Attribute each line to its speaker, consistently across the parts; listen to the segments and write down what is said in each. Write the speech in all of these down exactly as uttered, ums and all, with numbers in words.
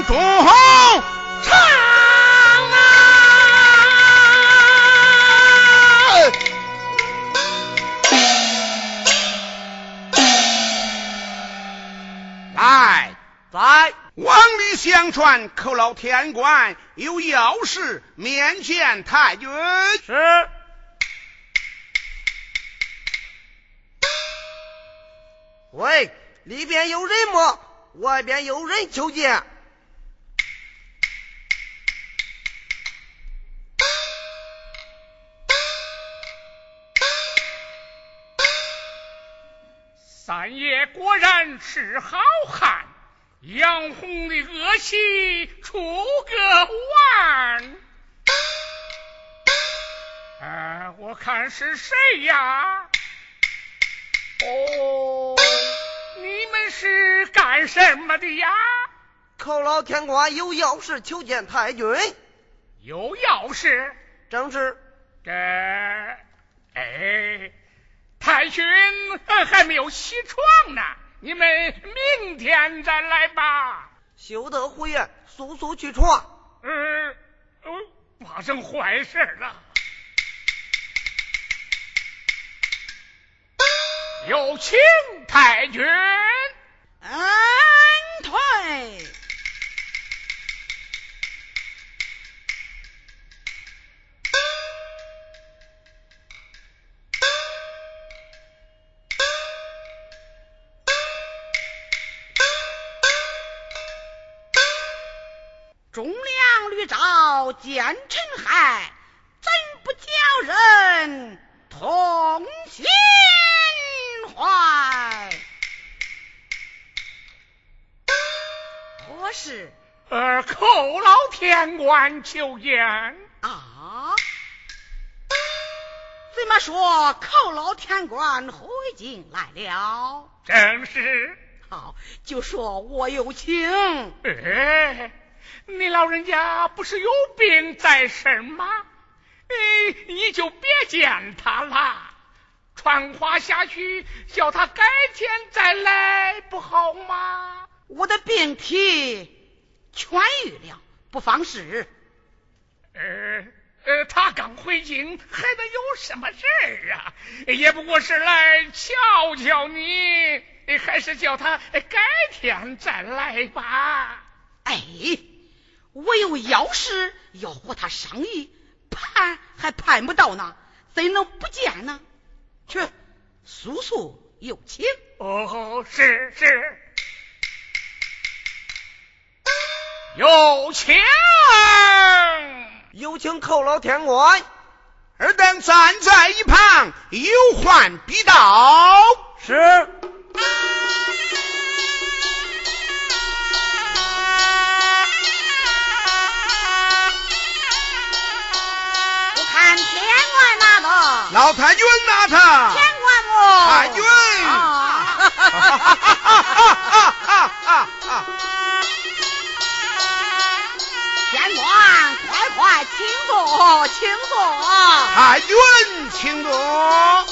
Speaker 1: 中唱啊！来，
Speaker 2: 在
Speaker 1: 往里相传，寇老天官有要事面见太君。
Speaker 2: 是。喂，里边有人么？外边有人求见。
Speaker 3: 三爷果然是好汉，杨红的恶气出个万。呃，我看是谁呀？哦，你们是干什么的呀？
Speaker 2: 寇老天官有要事求见太君。
Speaker 3: 有要事？
Speaker 2: 正是。
Speaker 3: 这，哎，太君还没有起床呢，你们明天再来吧。
Speaker 2: 休得胡言，速速去床。
Speaker 3: 呃，呃发生坏事了。有请太君。
Speaker 4: 恩退。忠良吕昭奸臣害，怎不叫人痛心怀？何事？
Speaker 3: 呃，寇老天官求见。
Speaker 4: 啊？怎么说寇老天官回京来了？
Speaker 3: 正是。
Speaker 4: 好，就说我有请。
Speaker 3: 哎，你老人家不是有病在身吗？哎，你就别见他了，传话下去，叫他改天再来，不好吗？
Speaker 4: 我的病体痊愈了，不妨事。
Speaker 3: 呃呃，他刚回京，还能有什么事儿啊？也不过是来瞧瞧你，还是叫他改天再来吧。
Speaker 4: 哎，我有要事要和他商议，盼还盼不到呢，怎能不见呢？去，速速有请。
Speaker 3: 哦，是是。有请，
Speaker 2: 有请寇老天官。
Speaker 1: 尔等站在一旁，有唤必到。
Speaker 2: 是。
Speaker 1: 老太君拿他，
Speaker 4: 天官哦，
Speaker 1: 太君，
Speaker 4: 啊，天官，快快请坐，请坐。
Speaker 1: 太君，请坐。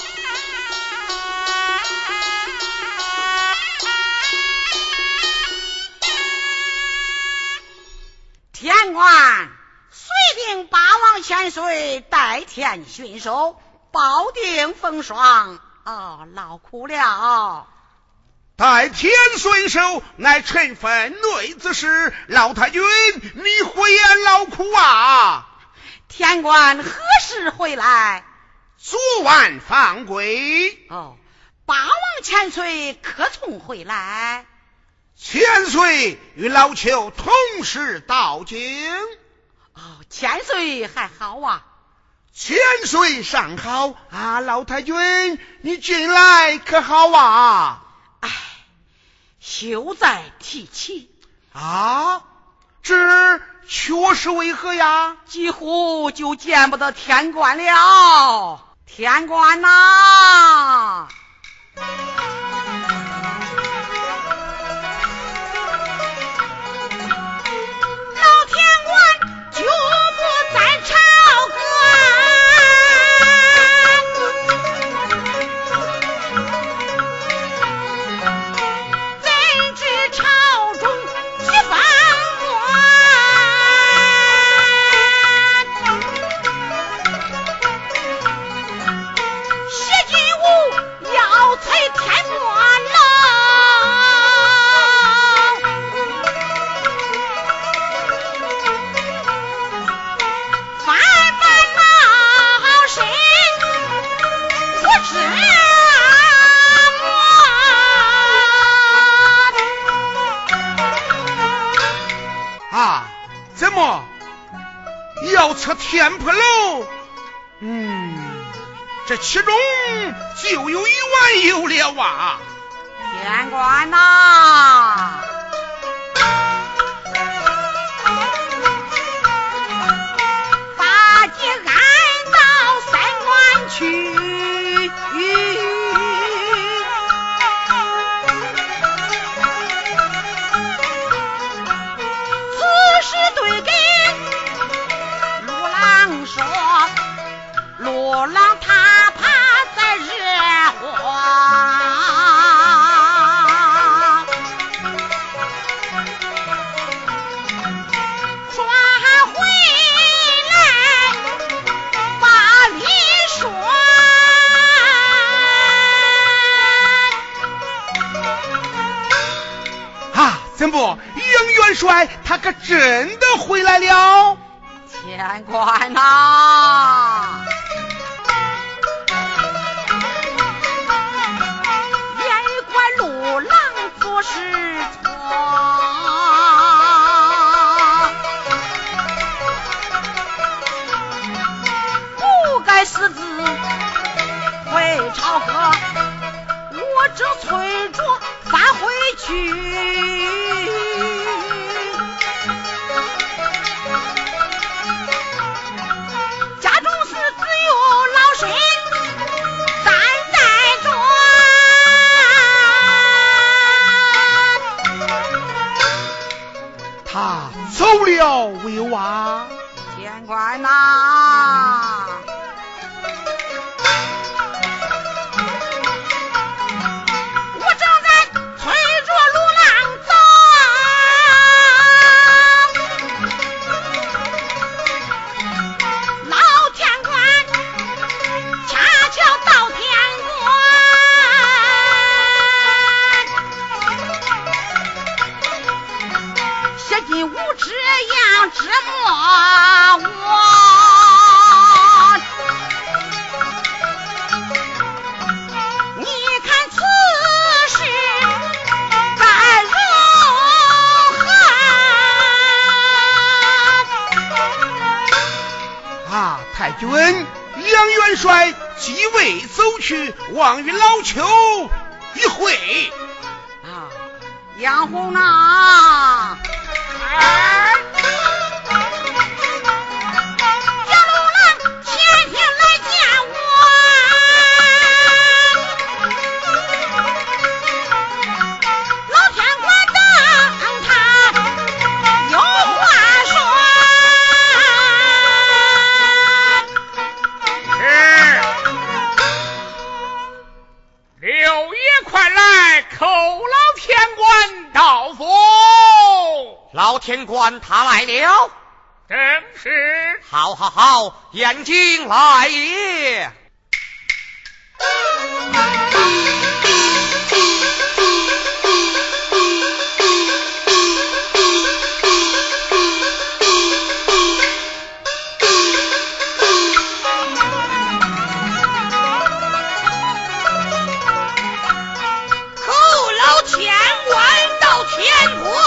Speaker 4: 天官，遂定八王千岁代天巡守，保定风霜，哦，劳苦了。
Speaker 1: 代天巡守乃臣分内之事，老太君你回言劳苦啊。
Speaker 4: 天官何时回来？
Speaker 1: 昨晚放归。
Speaker 4: 哦，八王千岁可从回来？
Speaker 1: 千岁与老邱同时到京。
Speaker 4: 哦，千岁还好啊。
Speaker 1: 千岁尚好啊，老太君你近来可好啊？
Speaker 4: 哎，休再提起
Speaker 1: 啊，这确实为何呀？
Speaker 4: 几乎就见不得天官了。天官呐、啊，老天官就不在朝阁，怎知朝中几番过
Speaker 1: 车天坡楼，嗯，这其中就有一万有了啊！
Speaker 4: 天官呐、啊，把姐安到三关去。此事对给陆郎说，陆郎他怕在惹祸。
Speaker 1: 怎不，杨元帅他可真的回来了？
Speaker 4: 天官呐、啊，也怪陆郎做事错，不该私自回朝歌，我这催着发回去。
Speaker 1: 他走了为娃，
Speaker 4: 天官呐、啊，我正在催着陆郎走，老天官恰巧到天进无这样折磨我，你看此事该如
Speaker 1: 何？啊，太君，杨元帅即位走去，望与老邱一会。
Speaker 4: 啊，杨红啊！哎，杨陆郎前天来见我，老天官等他有话说。
Speaker 3: 是，六爷快来叩老天官道府。
Speaker 2: 老天官他来了，
Speaker 3: 正是。
Speaker 2: 好好好，眼睛来也。
Speaker 4: 叩老天官到天国。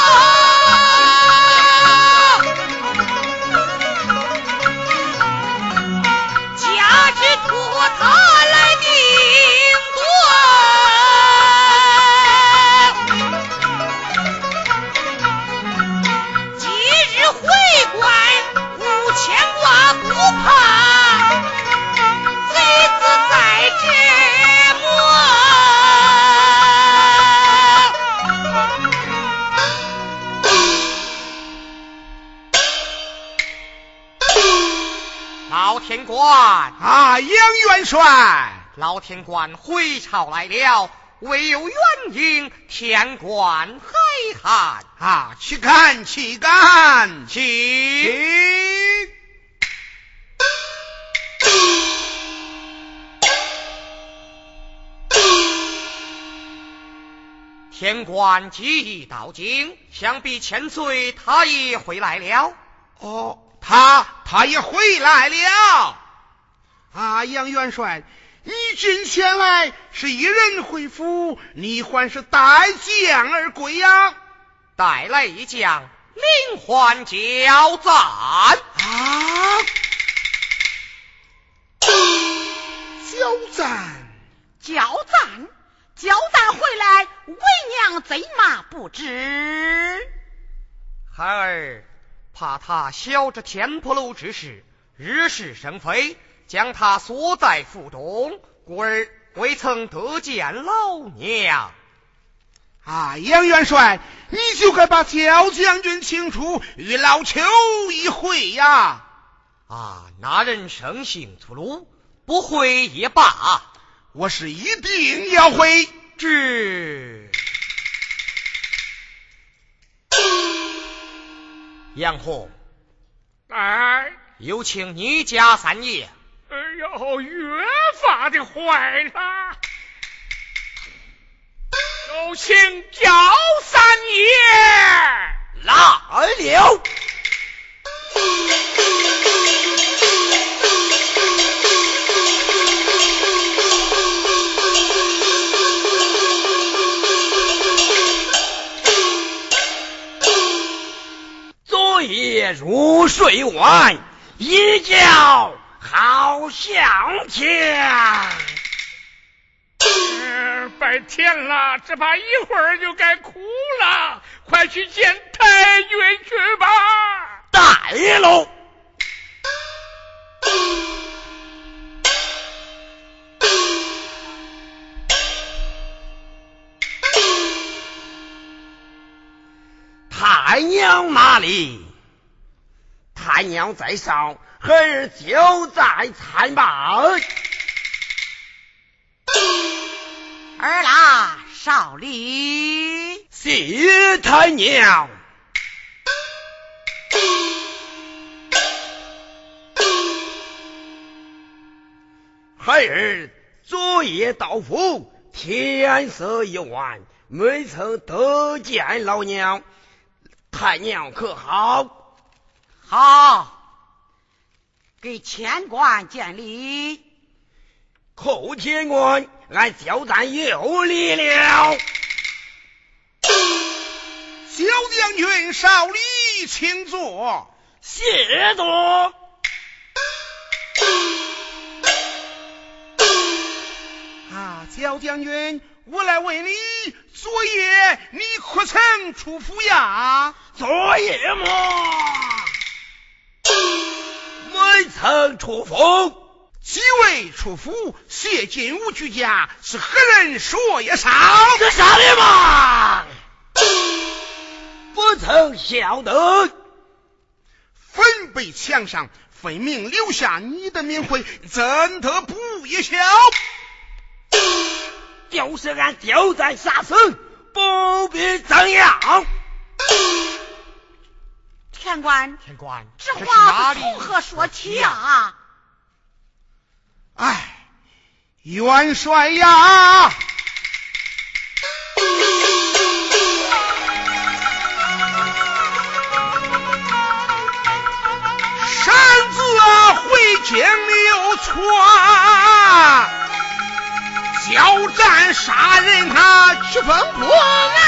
Speaker 2: 老天官
Speaker 1: 啊，杨元帅，
Speaker 2: 老天官回朝来了，唯有原因，天官海涵
Speaker 1: 啊，岂敢岂敢，
Speaker 2: 请天官既到京，想必千岁他也回来了。
Speaker 1: 哦，他他也回来了。啊，杨元帅，你今前来是一人回府，你还是带将而归呀？
Speaker 2: 带来一将，领还交赞
Speaker 1: 啊！ 交战，
Speaker 4: 交战，交战回来，为娘贼骂不知。
Speaker 2: 孩儿怕他晓着天婆楼之事，日是生非，将他锁在府中，故而未曾得见老娘。
Speaker 1: 啊，杨元帅，你就该把焦将军请出，与老邱一会呀！
Speaker 2: 啊，那人生性粗鲁，不会也罢。
Speaker 1: 我是一定要会。
Speaker 2: 知。杨红，
Speaker 3: 哎，
Speaker 2: 有请你家三爷。
Speaker 3: 哎呦，越发的坏了。有请焦三爷。
Speaker 2: 来了。
Speaker 5: 昨夜入睡晚，一觉好像天。
Speaker 3: 呃，白天了，只怕一会儿就该哭了，快去见太君去吧。
Speaker 5: 带喽。太娘哪里？太娘在上，孩儿就在参拜。
Speaker 4: 儿啦，少礼。
Speaker 5: 谢太娘。孩儿昨夜到府，天色已晚，没曾得见老娘。太娘可好？
Speaker 4: 好，给千官见礼。
Speaker 5: 寇天官，俺交战有礼了。
Speaker 1: 小将军少礼，请坐。
Speaker 5: 谢座。
Speaker 1: 啊，焦将军，我来问你，昨夜你可曾出府呀？
Speaker 5: 昨夜嘛，没曾出府。
Speaker 1: 几位出府谢金吾居家，是何人说也少？
Speaker 5: 这啥的嘛？不曾晓得。
Speaker 1: 坟碑墙上分明留下你的名讳，怎得不也晓？
Speaker 5: 就是俺交战杀生，不必怎样。
Speaker 4: 天官，
Speaker 2: 天官，
Speaker 4: 这
Speaker 2: 这是
Speaker 4: 话
Speaker 2: 哪里
Speaker 4: 是从何说起啊？
Speaker 1: 哎，元帅呀，擅自回京流窜，交战杀人他去风波啊！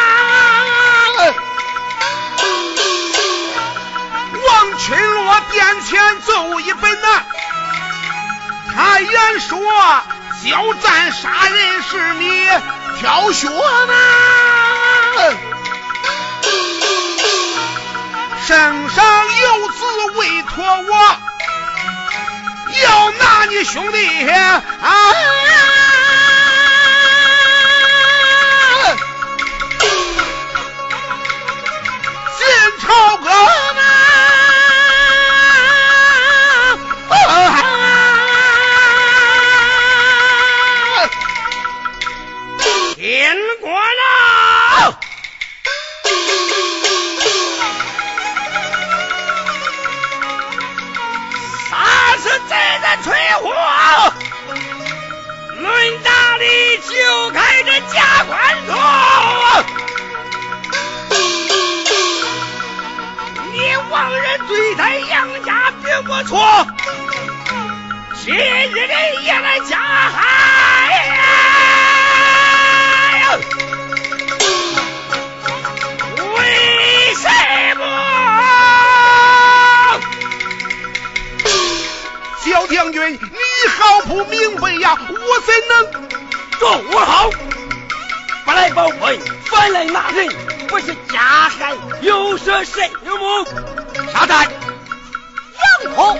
Speaker 1: 王群落殿前奏一本呐、啊。太原说交战杀人是你挑选呐，圣上有旨委托我，要拿你兄弟啊！进朝阁呢。
Speaker 5: 天官啊！杀死贼人吹火，论大力就开这加官座。你王人对待杨家并不错，今日的也来加害呀！为什么？
Speaker 1: 焦将军，你不明白呀，我怎能
Speaker 5: 住好？不来报会，反来骂人，不是加害有失谁母？
Speaker 2: 杀在杨头。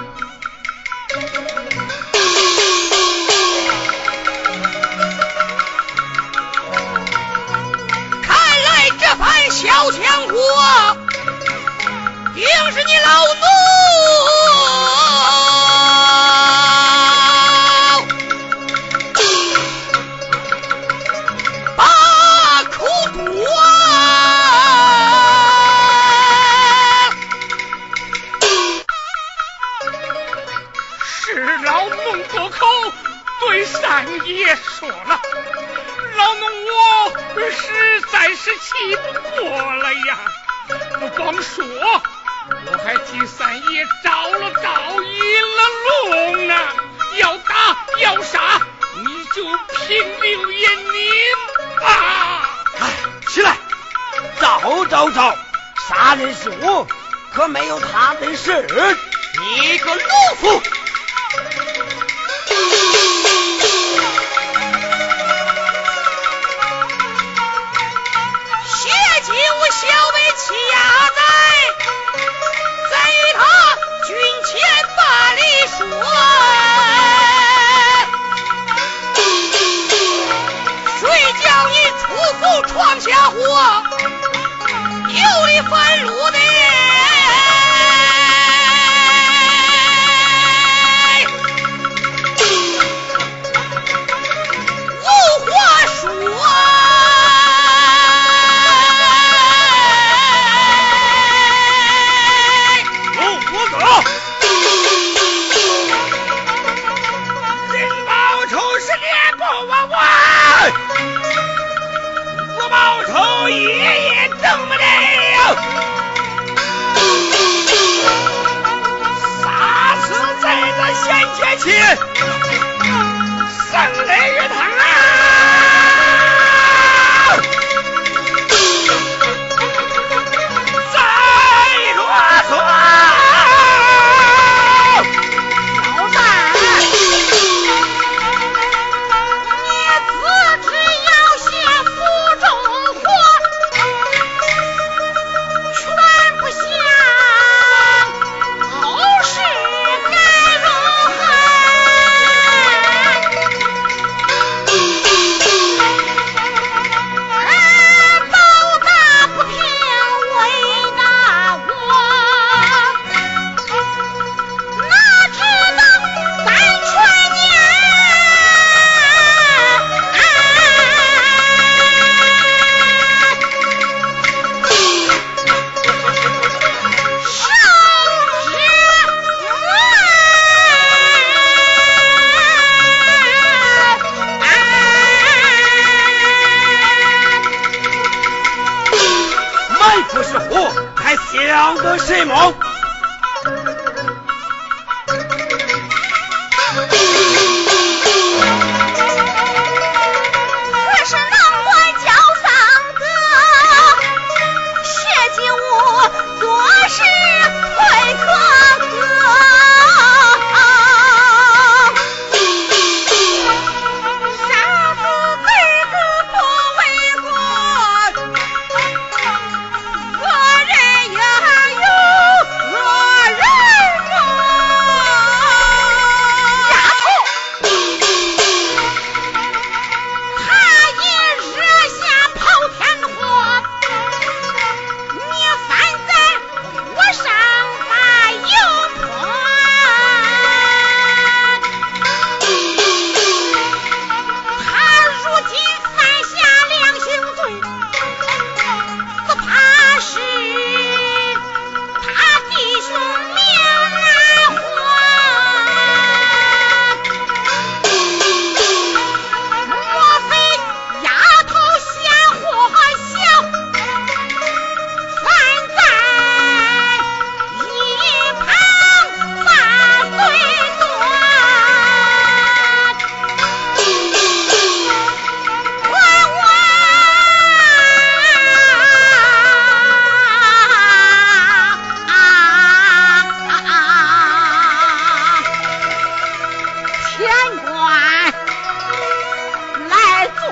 Speaker 2: 看来这番小强货定是你老奴把口夺
Speaker 3: 是老农多口对三爷说了，老农我实在是气不过了呀。不光说，我还替三爷找了道引了龙呢，要打要杀，你就凭刘延宁吧。
Speaker 5: 哎，起来，找找找，杀人是我，可没有他的事。
Speaker 2: 你个懦夫！谢金吾小为欺压在，再与他军前把理说，谁叫你出府闯下祸，有理反路的？胜雷于他啊！再啰嗦，
Speaker 4: 老三，你自知要先府中火，全不想好事该容害。
Speaker 5: 不是火，还想得什么？
Speaker 4: 可是能管叫三哥，谢金吾做事快可歌。杀父辈子不为过，恶人也有恶人么？丫头，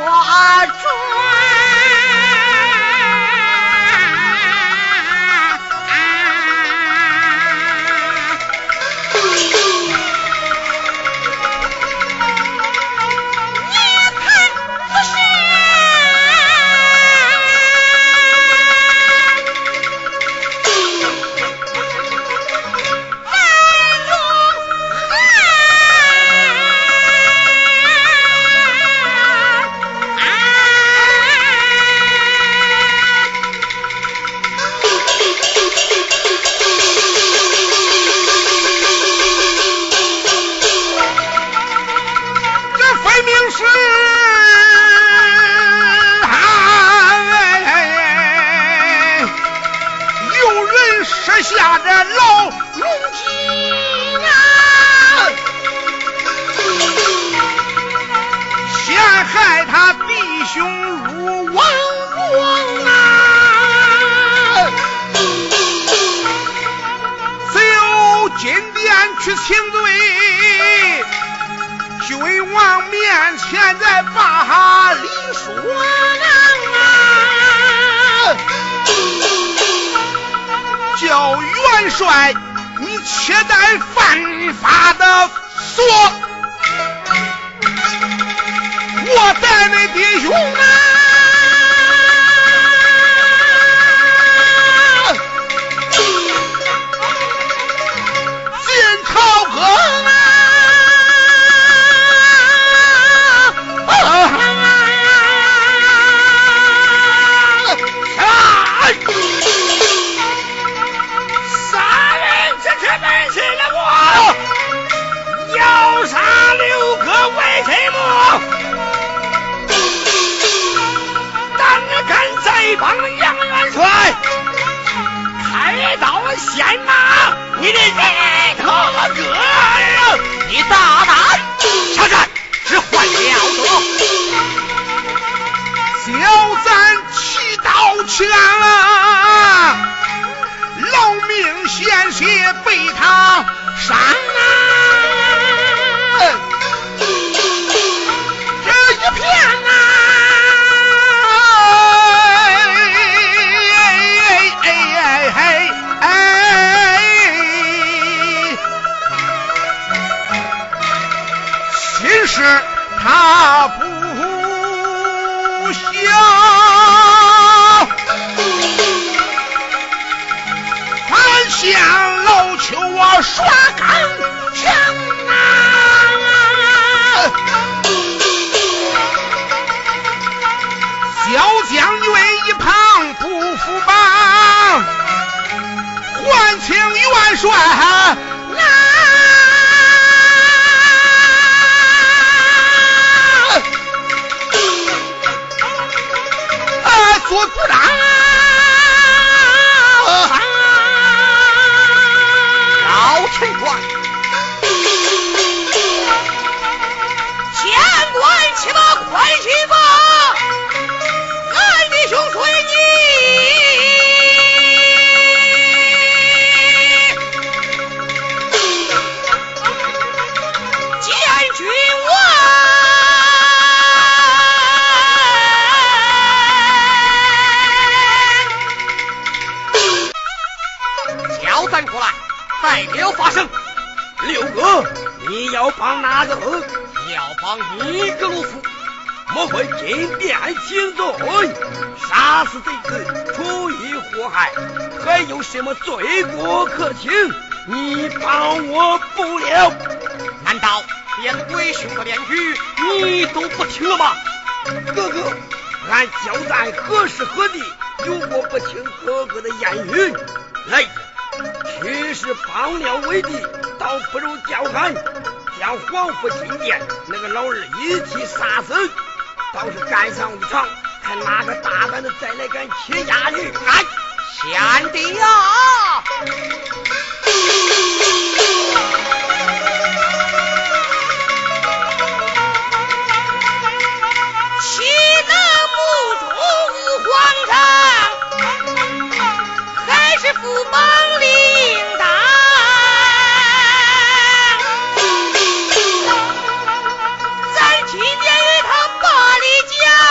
Speaker 6: 今天与他把里讲。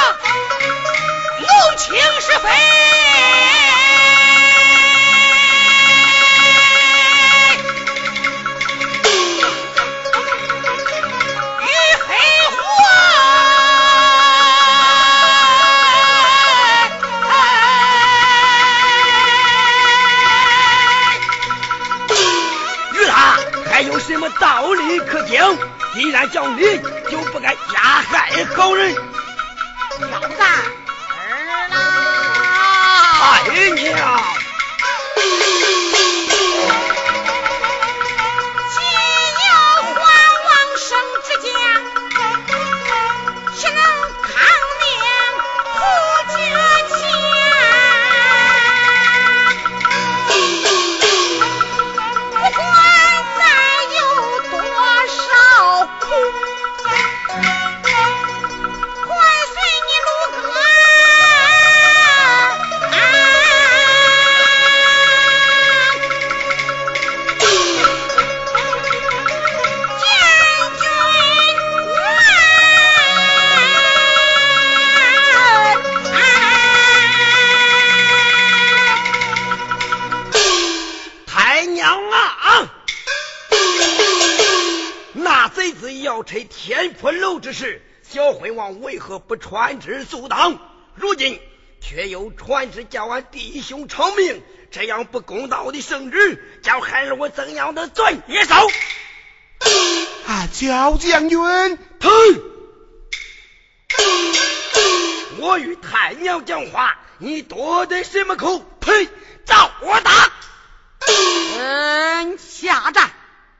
Speaker 5: 既然叫你，就不该加害好人。
Speaker 4: 小子儿啦！
Speaker 5: 太娘。趁天破楼之时，小惠王为何不传旨阻挡？如今却又传旨叫俺弟兄偿命，这样不公道的圣旨，叫孩儿我怎样的罪孽受？
Speaker 1: 啊，焦将军，
Speaker 5: 退！我与太娘讲话，你多的什么口？呸！照我打！
Speaker 4: 嗯，下战！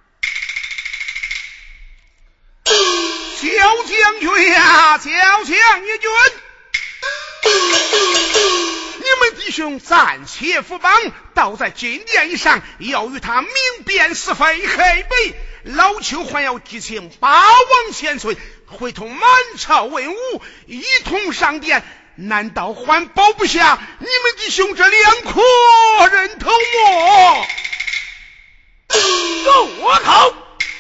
Speaker 1: 小将军呀，小将军，你们弟兄暂且伏绑，倒在金殿上，要与他明辨是非黑白。老邱还要激请八王千岁，会同满朝文武一同上殿，难道还保不下你们弟兄这两颗人头么？
Speaker 5: 够我口！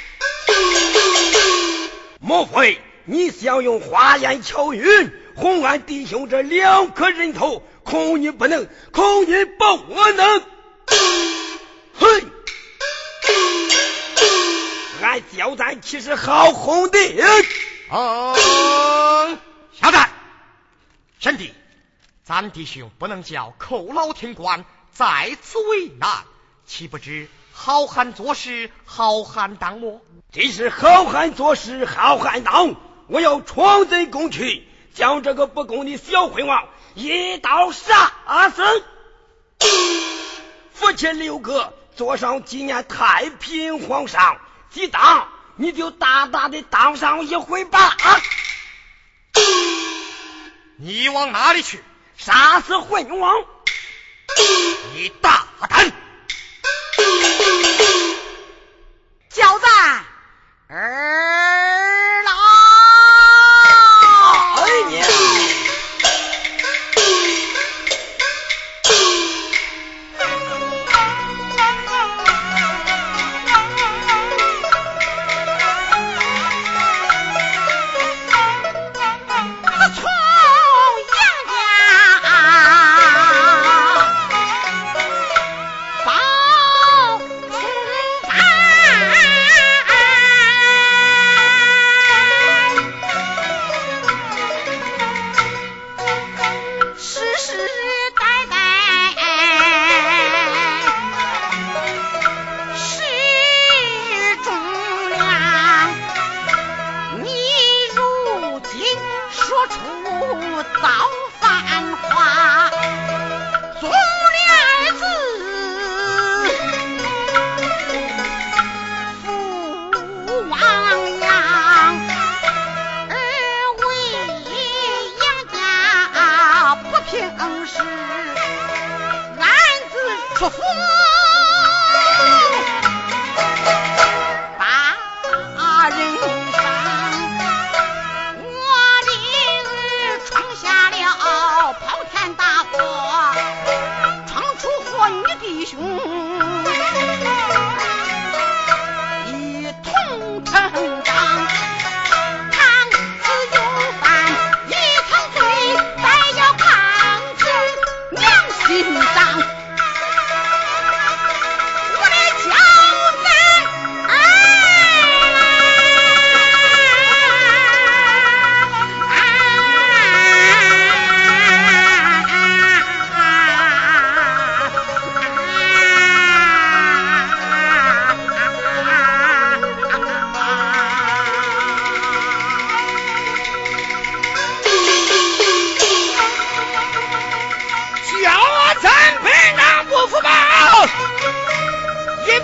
Speaker 5: 莫非你想用花言巧语哄俺弟兄这两颗人头？恐你不能，恐你不能！嘿，俺焦赞岂是好哄的？
Speaker 2: 嗯，小赞，贤弟，咱弟兄不能叫寇老天官在此为难，岂不知好汉做事，好汉当磨。
Speaker 5: 这是好汉做事，好汉当。我要闯贼攻去，将这个不公的小惠王一刀杀死。夫妻六个坐上纪念太平皇上，既当你就大大的当上一回吧。
Speaker 2: 你往哪里去？
Speaker 5: 杀死混王！
Speaker 2: 你大胆！
Speaker 4: 焦赞儿郎，
Speaker 5: 哎娘！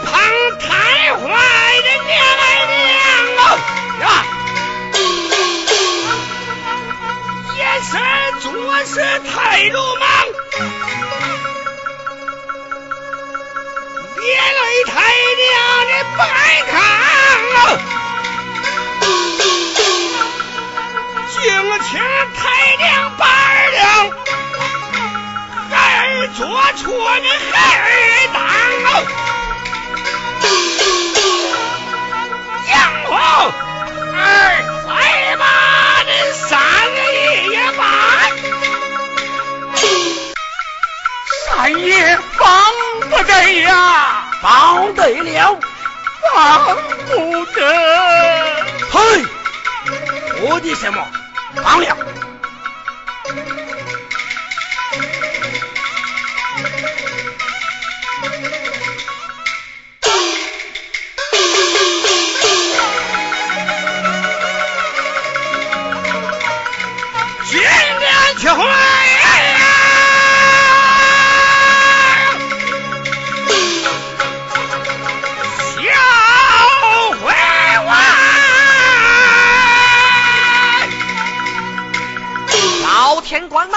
Speaker 5: 旁太坏的娘哎娘啊！呀，言事做事太鲁莽，连累太娘的不爱看啊！今天太娘把二娘孩儿做错的孩儿当啊！杨虎儿再把这三个爷爷办，
Speaker 3: 三爷帮不得呀，
Speaker 5: 帮得了，
Speaker 3: 帮不得。
Speaker 5: 嘿，我的什么帮了？今年去会
Speaker 2: 天官呐，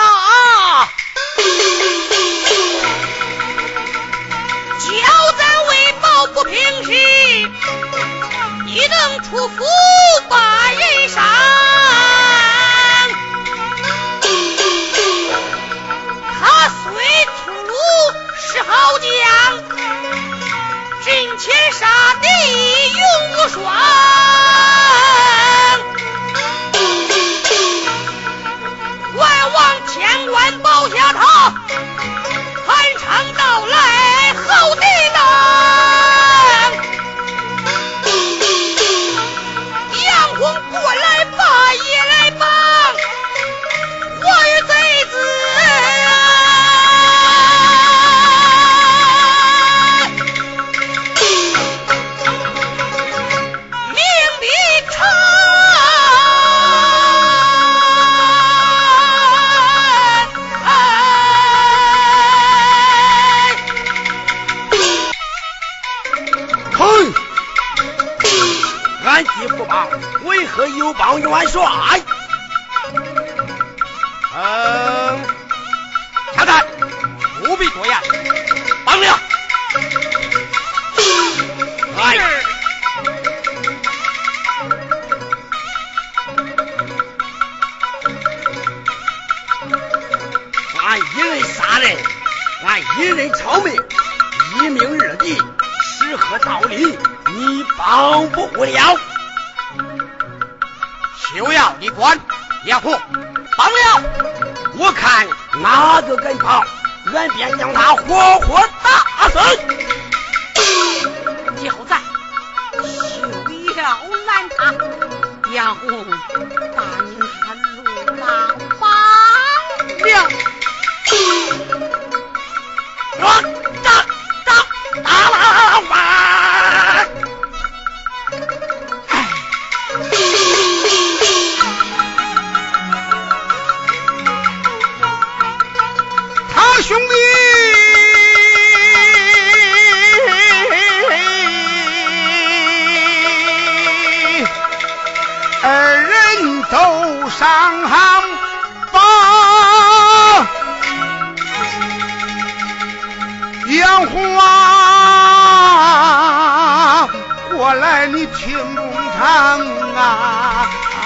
Speaker 4: 叫咱为保不平息，你能出府把人伤。他虽粗鲁是好将，阵前杀敌勇无双。万望千万保下他，汉昌到来后抵挡。杨红过来把爷来帮，我与贼子命必长。
Speaker 5: 俺既不帮，为何又帮元帅？嗯，小蛋，不必多言，帮了。哎，俺一人杀人，俺一人偿命，一命二敌，是何道理？你帮不了。
Speaker 2: 休要你管，杨虎帮了，
Speaker 5: 我看哪个敢帮，俺便将他活活打死。
Speaker 4: 叫咱休要拦他，杨红答应他路马帮了。
Speaker 5: 我打打打了吧！
Speaker 1: 他兄弟二人都上报，杨红啊，过来你听中唱啊，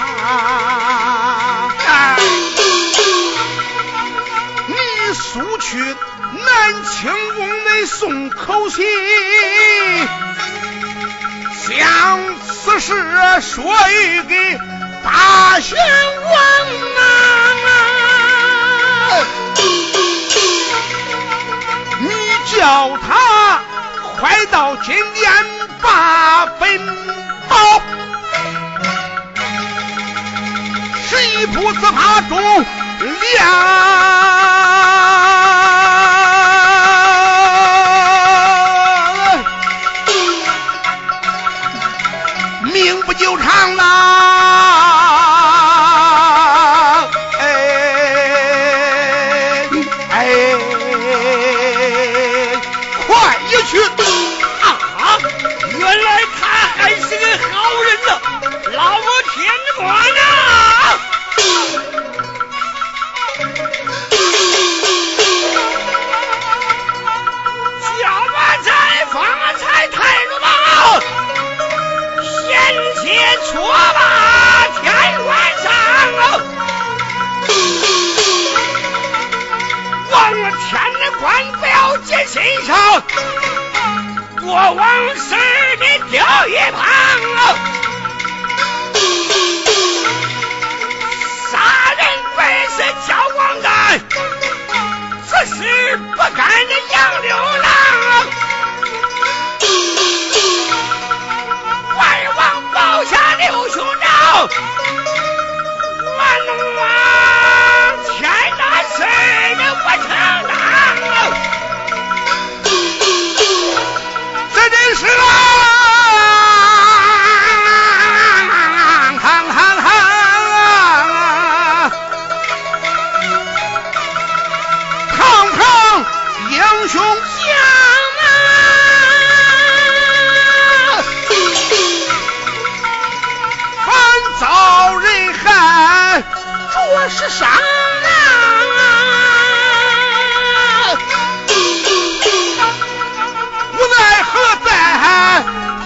Speaker 1: 你速去南清宫内送口信，将此事说与给大宣王啊，你叫他快到金殿把本报，十一铺子怕中亮，命不久长啦，哎哎，快一去啊！
Speaker 5: 别旁，杀人本是交光的，此事不干的杨六郎，外王保下六兄长，万王天大谁人不承当，
Speaker 1: 这真是啊！英雄将啊，反遭人害，着实伤啊！无奈何在？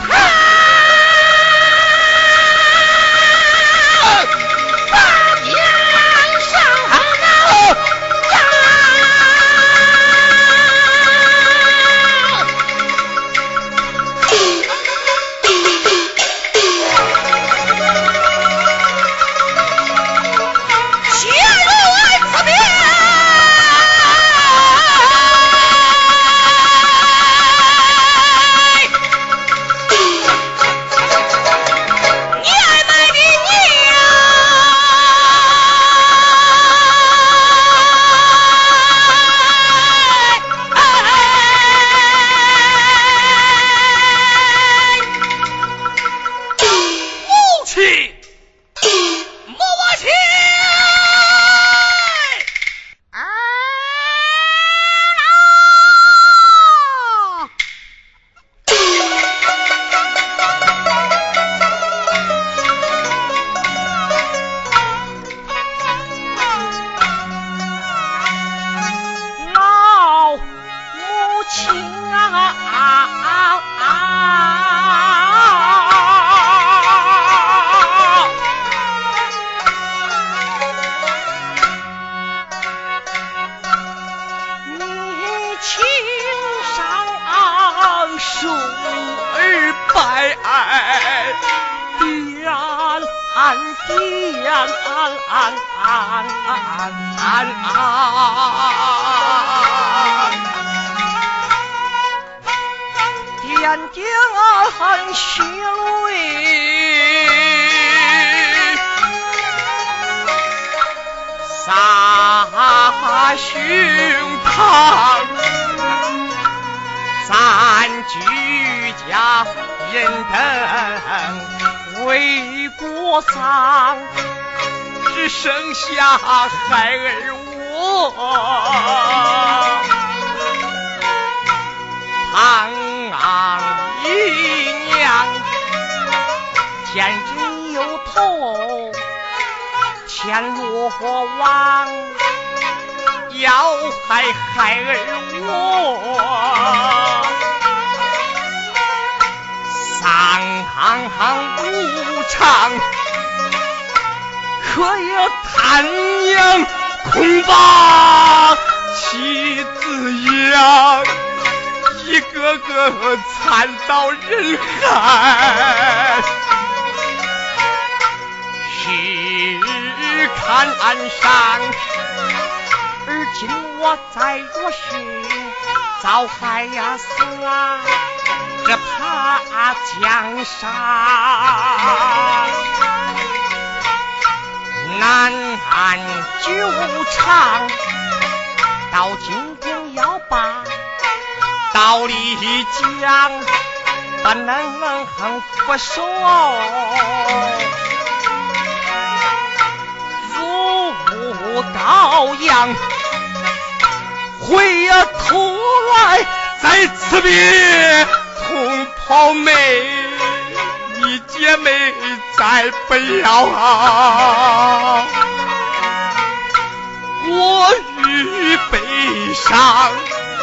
Speaker 2: 不说，如无羔羊，回头来再次别，同胞妹，你姐妹再不要啊！我与悲伤，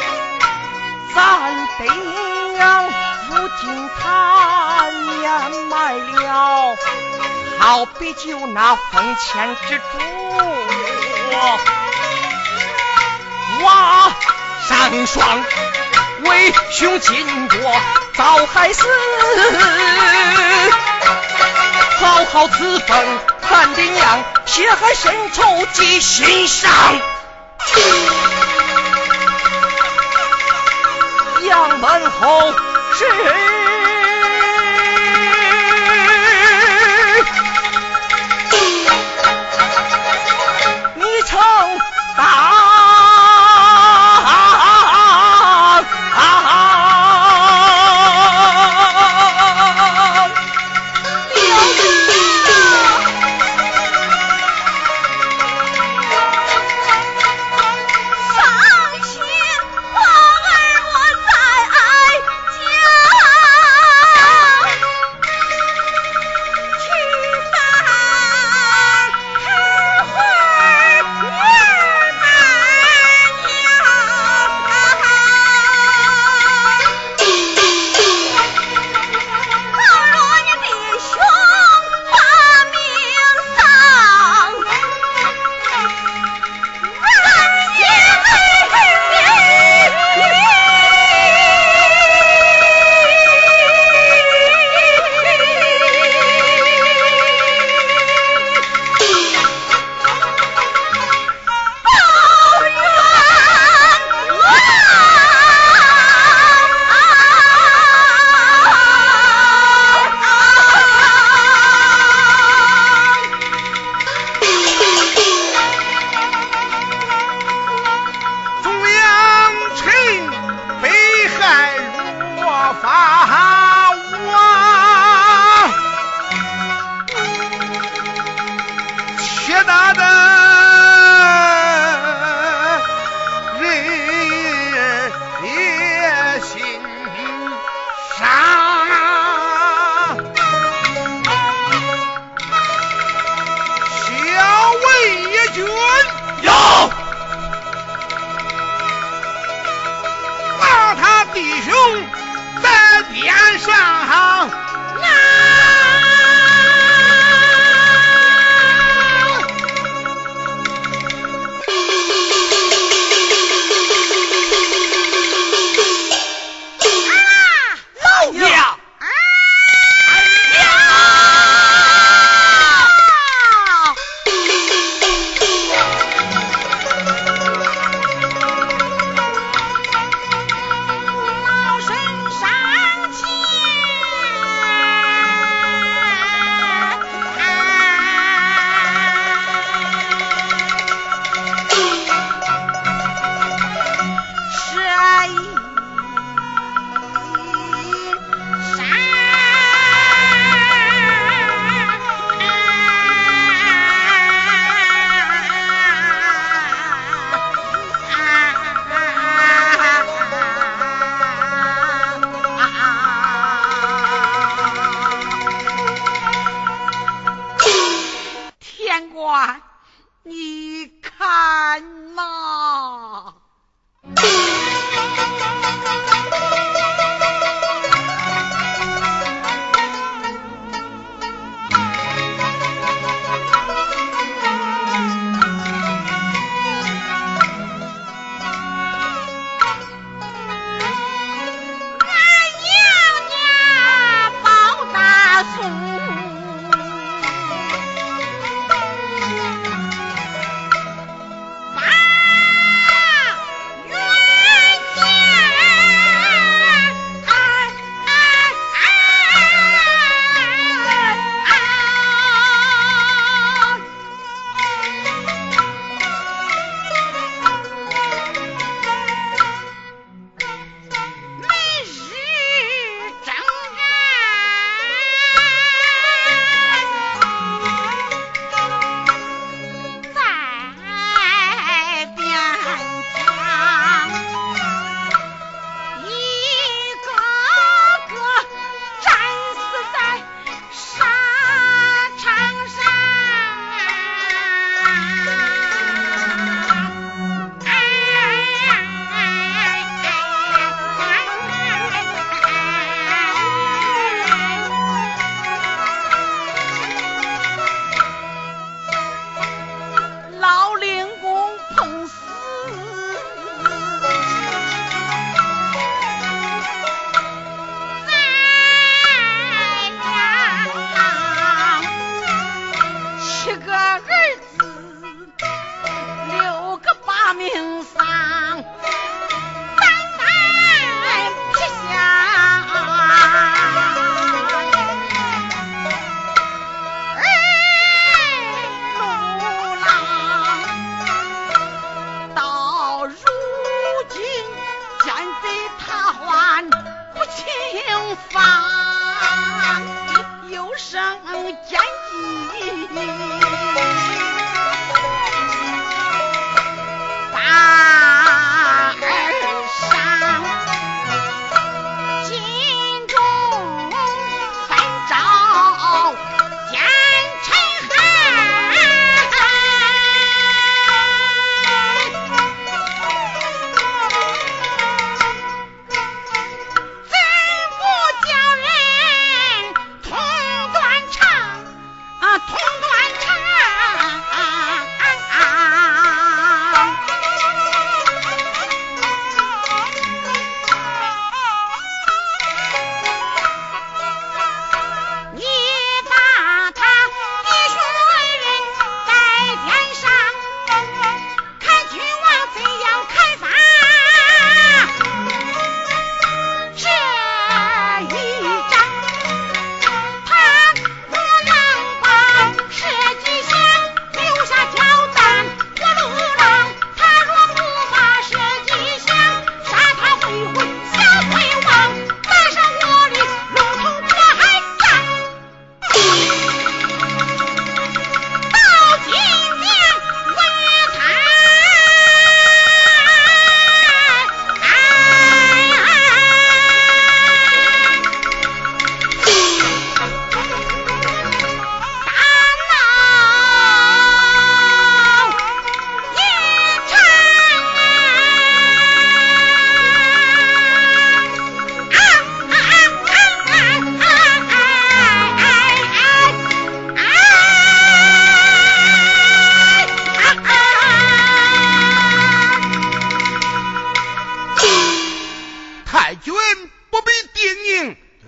Speaker 2: 咱得娘，如今他年迈了，好比就那封前之主，瓦上霜，
Speaker 6: 为兄经过遭害死，好好此风韩的娘，血海深仇记心上。杨门后是你成大
Speaker 7: 伤心，花儿我在哀家。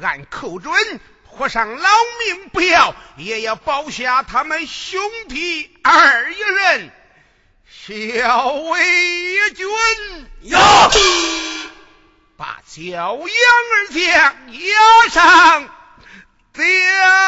Speaker 1: 敢寇准，或上老命不要，也要保下他们兄弟二一人。小魏军
Speaker 5: 有，
Speaker 1: 把焦阳二将押上殿。